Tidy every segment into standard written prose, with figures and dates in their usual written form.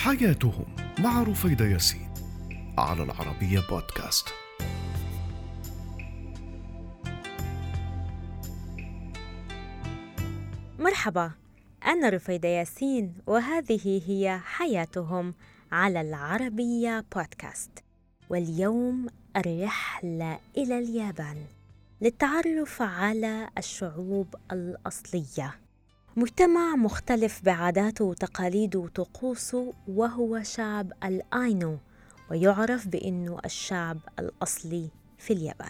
حياتهم مع رفيدة ياسين على العربية بودكاست. مرحبا، أنا رفيدة ياسين وهذه هي حياتهم على العربية بودكاست. واليوم الرحلة إلى اليابان للتعرف على الشعوب الأصلية، مجتمع مختلف بعاداته وتقاليده وطقوسه، وهو شعب الآينو، ويعرف بأنه الشعب الأصلي في اليابان،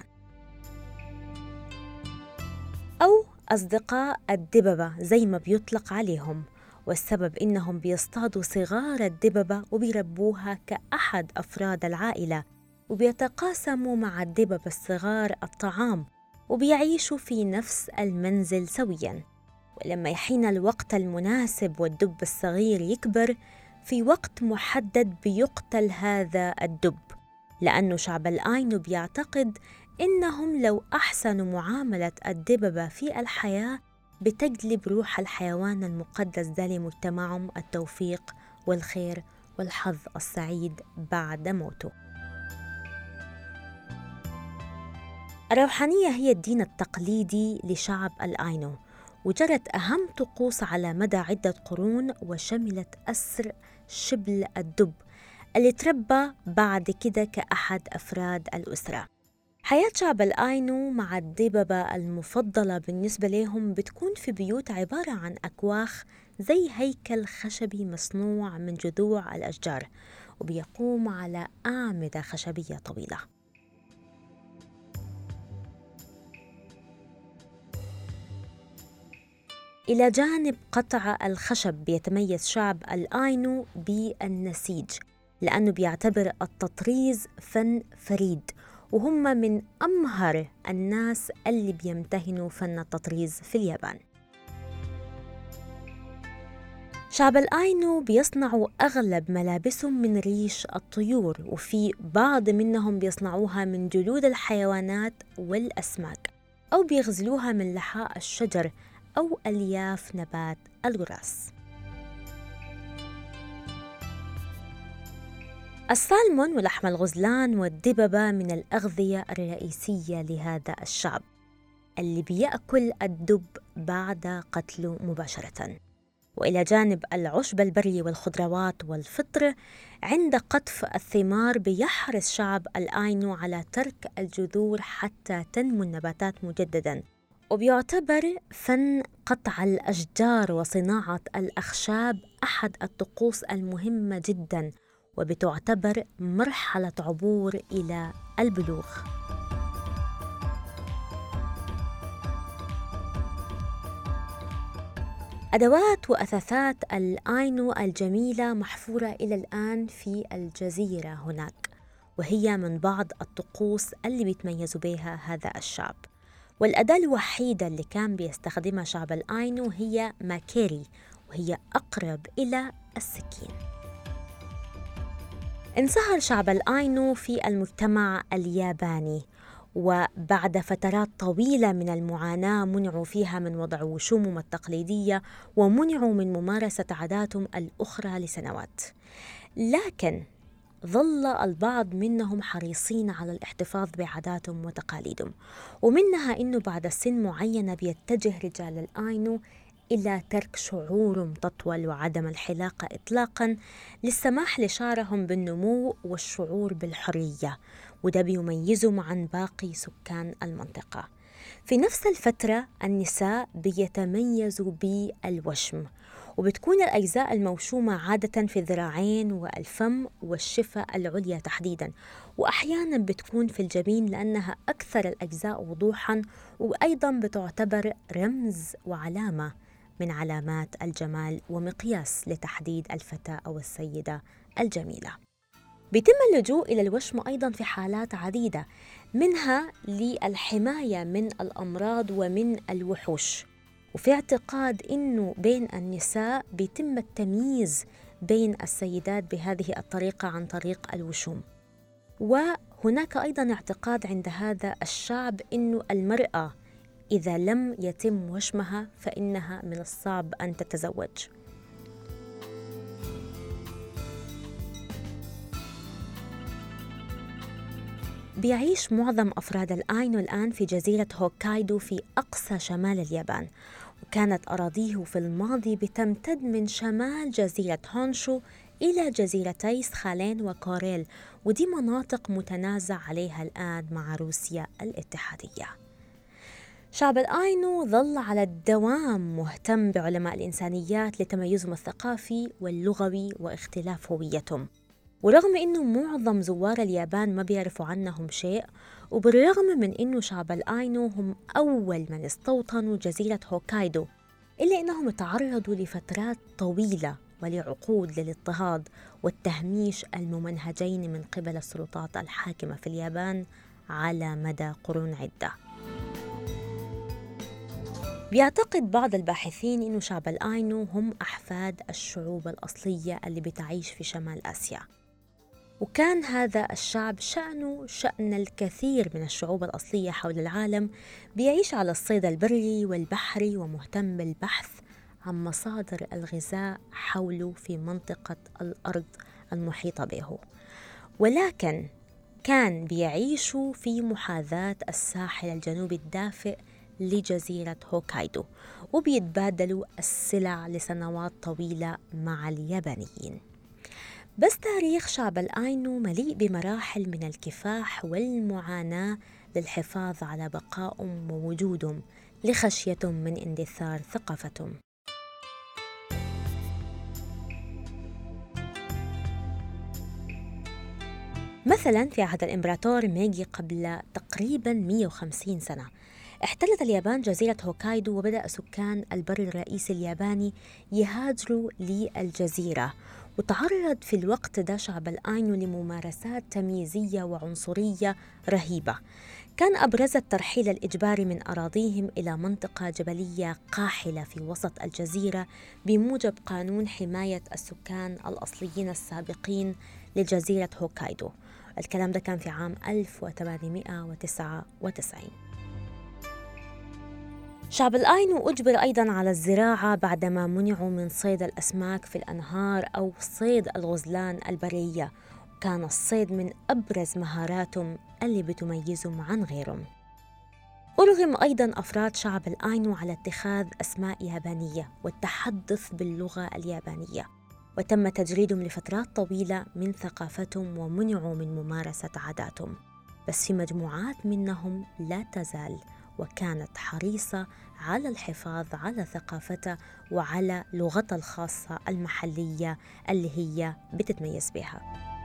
أو أصدقاء الدببة زي ما بيطلق عليهم. والسبب إنهم بيصطادوا صغار الدببة وبيربوها كأحد أفراد العائلة، وبيتقاسموا مع الدببة الصغار الطعام، وبيعيشوا في نفس المنزل سوياً. ولما يحين الوقت المناسب والدب الصغير يكبر، في وقت محدد بيقتل هذا الدب، لأنه شعب الآينو بيعتقد إنهم لو أحسنوا معاملة الدببة في الحياة بتجلب روح الحيوان المقدس ده لمجتمعهم التوفيق والخير والحظ السعيد بعد موته. الروحانية هي الدين التقليدي لشعب الآينو، وجرت أهم طقوس على مدى عدة قرون، وشملت أسر شبل الدب اللي تربى بعد كده كأحد أفراد الأسرة. حياة شعب الآينو مع الدببة المفضلة بالنسبة لهم بتكون في بيوت عبارة عن أكواخ زي هيكل خشبي مصنوع من جذوع الأشجار، وبيقوم على أعمدة خشبية طويلة. إلى جانب قطع الخشب، بيتميز شعب الآينو بالنسيج، لأنه بيعتبر التطريز فن فريد، وهم من أمهر الناس اللي بيمتهنوا فن التطريز في اليابان. شعب الآينو بيصنعوا أغلب ملابسهم من ريش الطيور، وفي بعض منهم بيصنعوها من جلود الحيوانات والأسماك، أو بيغزلوها من لحاء الشجر أو ألياف نبات الوراث. السالمون ولحم الغزلان والدببة من الأغذية الرئيسية لهذا الشعب، اللي بيأكل الدب بعد قتله مباشرة. وإلى جانب العشب البري والخضروات والفطر، عند قطف الثمار بيحرص شعب الآينو على ترك الجذور حتى تنمو النباتات مجدداً. وبيعتبر فن قطع الأشجار وصناعة الأخشاب أحد الطقوس المهمة جداً، وبتعتبر مرحلة عبور إلى البلوغ. أدوات وأثاثات الآينو الجميلة محفورة إلى الآن في الجزيرة هناك، وهي من بعض الطقوس اللي بيتميزوا بها هذا الشعب. والأداة الوحيدة اللي كان بيستخدمها شعب الآينو هي ماكيري، وهي أقرب إلى السكين. انصهر شعب الآينو في المجتمع الياباني، وبعد فترات طويلة من المعاناة منعوا فيها من وضع وشومهم التقليدية، ومنعوا من ممارسة عاداتهم الأخرى لسنوات. لكن ظل البعض منهم حريصين على الاحتفاظ بعاداتهم وتقاليدهم، ومنها إنه بعد سن معينة بيتجه رجال الآينو إلى ترك شعورهم تطول وعدم الحلاقة إطلاقاً، للسماح لشعرهم بالنمو والشعور بالحرية، وده بيميزهم عن باقي سكان المنطقة. في نفس الفترة النساء بيتميزوا بالوشم، وبتكون الأجزاء الموشومة عادة في الذراعين والفم والشفة العليا تحديداً، وأحياناً بتكون في الجبين لأنها أكثر الأجزاء وضوحاً، وأيضاً بتعتبر رمز وعلامة من علامات الجمال ومقياس لتحديد الفتاة أو السيدة الجميلة. بيتم اللجوء إلى الوشم أيضاً في حالات عديدة، منها للحماية من الأمراض ومن الوحوش. وفي اعتقاد إنه بين النساء بيتم التمييز بين السيدات بهذه الطريقة عن طريق الوشوم. وهناك أيضاً اعتقاد عند هذا الشعب إنه المرأة إذا لم يتم وشمها فإنها من الصعب أن تتزوج. بيعيش معظم أفراد الآينو الآن في جزيرة هوكايدو في أقصى شمال اليابان، وكانت أراضيه في الماضي بتمتد من شمال جزيرة هونشو إلى جزيرتي سخالين وكوريل، ودي مناطق متنازع عليها الآن مع روسيا الاتحادية. شعب الآينو ظل على الدوام مهتم بعلماء الإنسانيات لتميزهم الثقافي واللغوي واختلاف هويتهم، ورغم إنه معظم زوار اليابان ما بيعرفوا عنهم شيء، وبالرغم من إنه شعب الآينو هم أول من استوطنوا جزيرة هوكايدو، إلا إنهم تعرضوا لفترات طويلة ولعقود للاضطهاد والتهميش الممنهجين من قبل السلطات الحاكمة في اليابان على مدى قرون عدة. بيعتقد بعض الباحثين إنه شعب الآينو هم أحفاد الشعوب الأصلية اللي بتعيش في شمال آسيا، وكان هذا الشعب شأنه شأن الكثير من الشعوب الأصلية حول العالم، بيعيش على الصيد البري والبحري ومهتم بالبحث عن مصادر الغذاء حوله في منطقة الأرض المحيطة به، ولكن كان بيعيشوا في محاذاة الساحل الجنوبي الدافئ لجزيرة هوكايدو، وبيتبادلوا السلع لسنوات طويلة مع اليابانيين. بس تاريخ شعب الآينو مليء بمراحل من الكفاح والمعاناة للحفاظ على بقائهم ووجودهم لخشيتهم من اندثار ثقافتهم. مثلاً في عهد الإمبراطور ميجي قبل تقريباً 150 سنة، احتلت اليابان جزيرة هوكايدو، وبدأ سكان البر الرئيسي الياباني يهاجروا للجزيرة، وتعرض في الوقت ده شعب الآينو لممارسات تمييزية وعنصرية رهيبة. كان أبرز الترحيل الإجباري من أراضيهم إلى منطقة جبلية قاحلة في وسط الجزيرة بموجب قانون حماية السكان الأصليين السابقين لجزيرة هوكايدو. الكلام ده كان في عام 1899. شعب الآينو أجبر أيضاً على الزراعة بعدما منعوا من صيد الأسماك في الأنهار أو صيد الغزلان البرية، كان الصيد من أبرز مهاراتهم اللي بتميزهم عن غيرهم. أرغم أيضاً أفراد شعب الآينو على اتخاذ أسماء يابانية والتحدث باللغة اليابانية، وتم تجريدهم لفترات طويلة من ثقافتهم ومنعوا من ممارسة عاداتهم، بس في مجموعات منهم لا تزال وكانت حريصة على الحفاظ على ثقافتها وعلى لغتها الخاصة المحلية اللي هي بتتميز بها.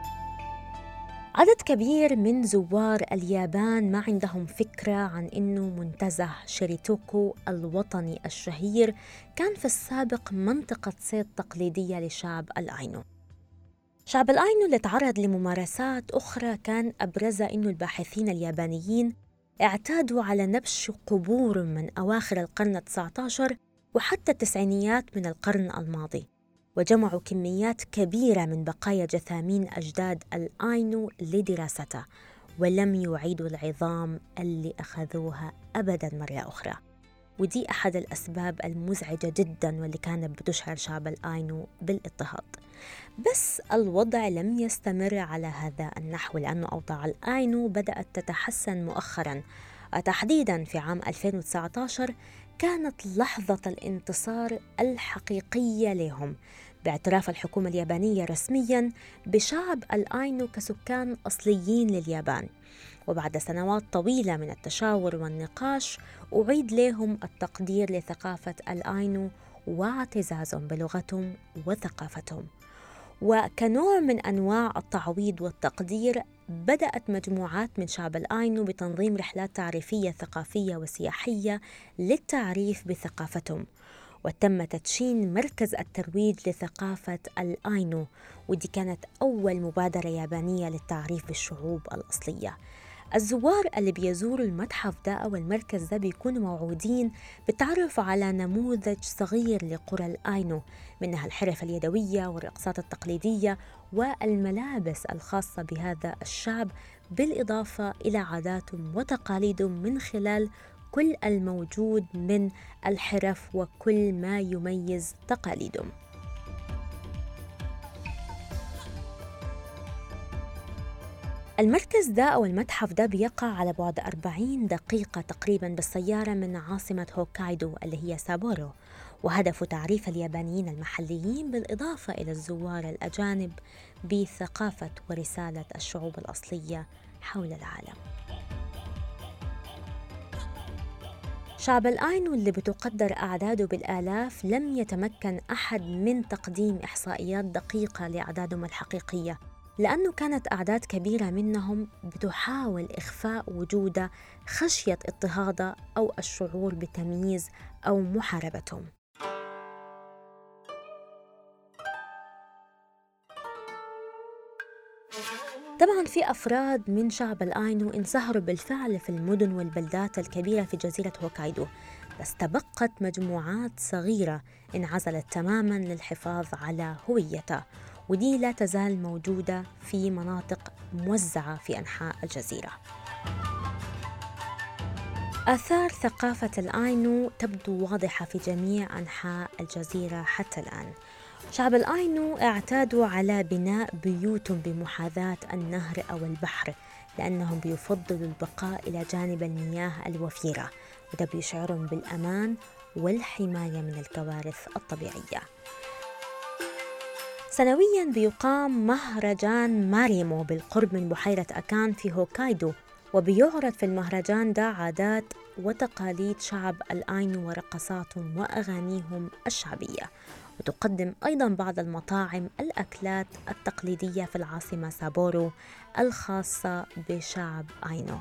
عدد كبير من زوار اليابان ما عندهم فكرة عن إنه منتزه شيريتوكو الوطني الشهير كان في السابق منطقة صيد تقليدية لشعب الآينو. شعب الآينو اللي تعرض لممارسات أخرى كان أبرزها إنه الباحثين اليابانيين اعتادوا على نبش قبور من أواخر القرن 19 وحتى التسعينيات من القرن الماضي، وجمعوا كميات كبيرة من بقايا جثامين أجداد الآينو لدراستها، ولم يعيدوا العظام اللي أخذوها أبداً مرة أخرى. ودي أحد الأسباب المزعجة جداً واللي كانت بتشعر شعب الآينو بالاضطهاد. بس الوضع لم يستمر على هذا النحو، لأن أوضاع الآينو بدأت تتحسن مؤخراً. تحديداً في عام 2019 كانت لحظة الانتصار الحقيقية لهم باعتراف الحكومة اليابانية رسمياً بشعب الآينو كسكان أصليين لليابان، وبعد سنوات طويلة من التشاور والنقاش أعيد لهم التقدير لثقافة الآينو واعتزازهم بلغتهم وثقافتهم. وكنوع من أنواع التعويض والتقدير بدأت مجموعات من شعب الآينو بتنظيم رحلات تعريفية ثقافية وسياحية للتعريف بثقافتهم، وتم تدشين مركز الترويج لثقافة الآينو، ودي كانت أول مبادرة يابانية للتعريف بالشعوب الأصلية. الزوار اللي بيزوروا المتحف ده أو المركز ده بيكونوا موعودين بالتعرف على نموذج صغير لقرى الآينو، منها الحرف اليدوية والرقصات التقليدية والملابس الخاصة بهذا الشعب، بالإضافة إلى عاداتهم وتقاليدهم من خلال كل الموجود من الحرف وكل ما يميز تقاليدهم. المركز ده أو المتحف ده بيقع على بعد 40 دقيقة تقريباً بالسيارة من عاصمة هوكايدو اللي هي سابورو، وهدفه تعريف اليابانيين المحليين بالإضافة إلى الزوار الأجانب بثقافة ورسالة الشعوب الأصلية حول العالم. شعب الآينو اللي بتقدر أعداده بالآلاف لم يتمكن أحد من تقديم إحصائيات دقيقة لأعدادهم الحقيقية، لأنه كانت أعداد كبيرة منهم بتحاول إخفاء وجوده خشية اضطهاده أو الشعور بتمييز أو محاربتهم. طبعاً في أفراد من شعب الآينو انصهروا بالفعل في المدن والبلدات الكبيرة في جزيرة هوكايدو، بس تبقت مجموعات صغيرة انعزلت تماماً للحفاظ على هويتها، ودي لا تزال موجودة في مناطق موزعة في أنحاء الجزيرة. آثار ثقافة الآينو تبدو واضحة في جميع أنحاء الجزيرة حتى الآن. شعب الآينو اعتادوا على بناء بيوتهم بمحاذاة النهر أو البحر، لأنهم بيفضلوا البقاء إلى جانب المياه الوفيرة، وده بيشعرهم بالأمان والحماية من الكوارث الطبيعية. سنوياً بيقام مهرجان ماريمو بالقرب من بحيرة أكان في هوكايدو، وبيعرض في المهرجان ده عادات وتقاليد شعب الآينو ورقصاتهم وأغانيهم الشعبية، وتقدم أيضاً بعض المطاعم الأكلات التقليدية في العاصمة سابورو الخاصة بشعب آينو.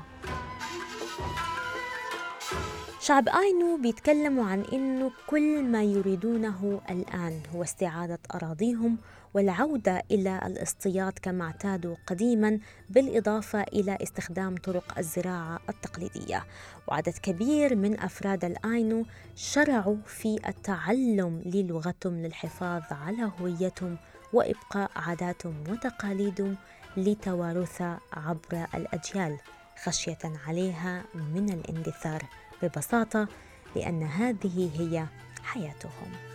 شعب آينو بيتكلموا عن إنه كل ما يريدونه الآن هو استعادة أراضيهم والعودة إلى الاصطياد كما اعتادوا قديماً، بالإضافة إلى استخدام طرق الزراعة التقليدية. وعدد كبير من أفراد الآينو شرعوا في التعلم للغتهم للحفاظ على هويتهم وإبقاء عاداتهم وتقاليدهم لتوارثها عبر الأجيال، خشية عليها من الاندثار ببساطة، لأن هذه هي حياتهم.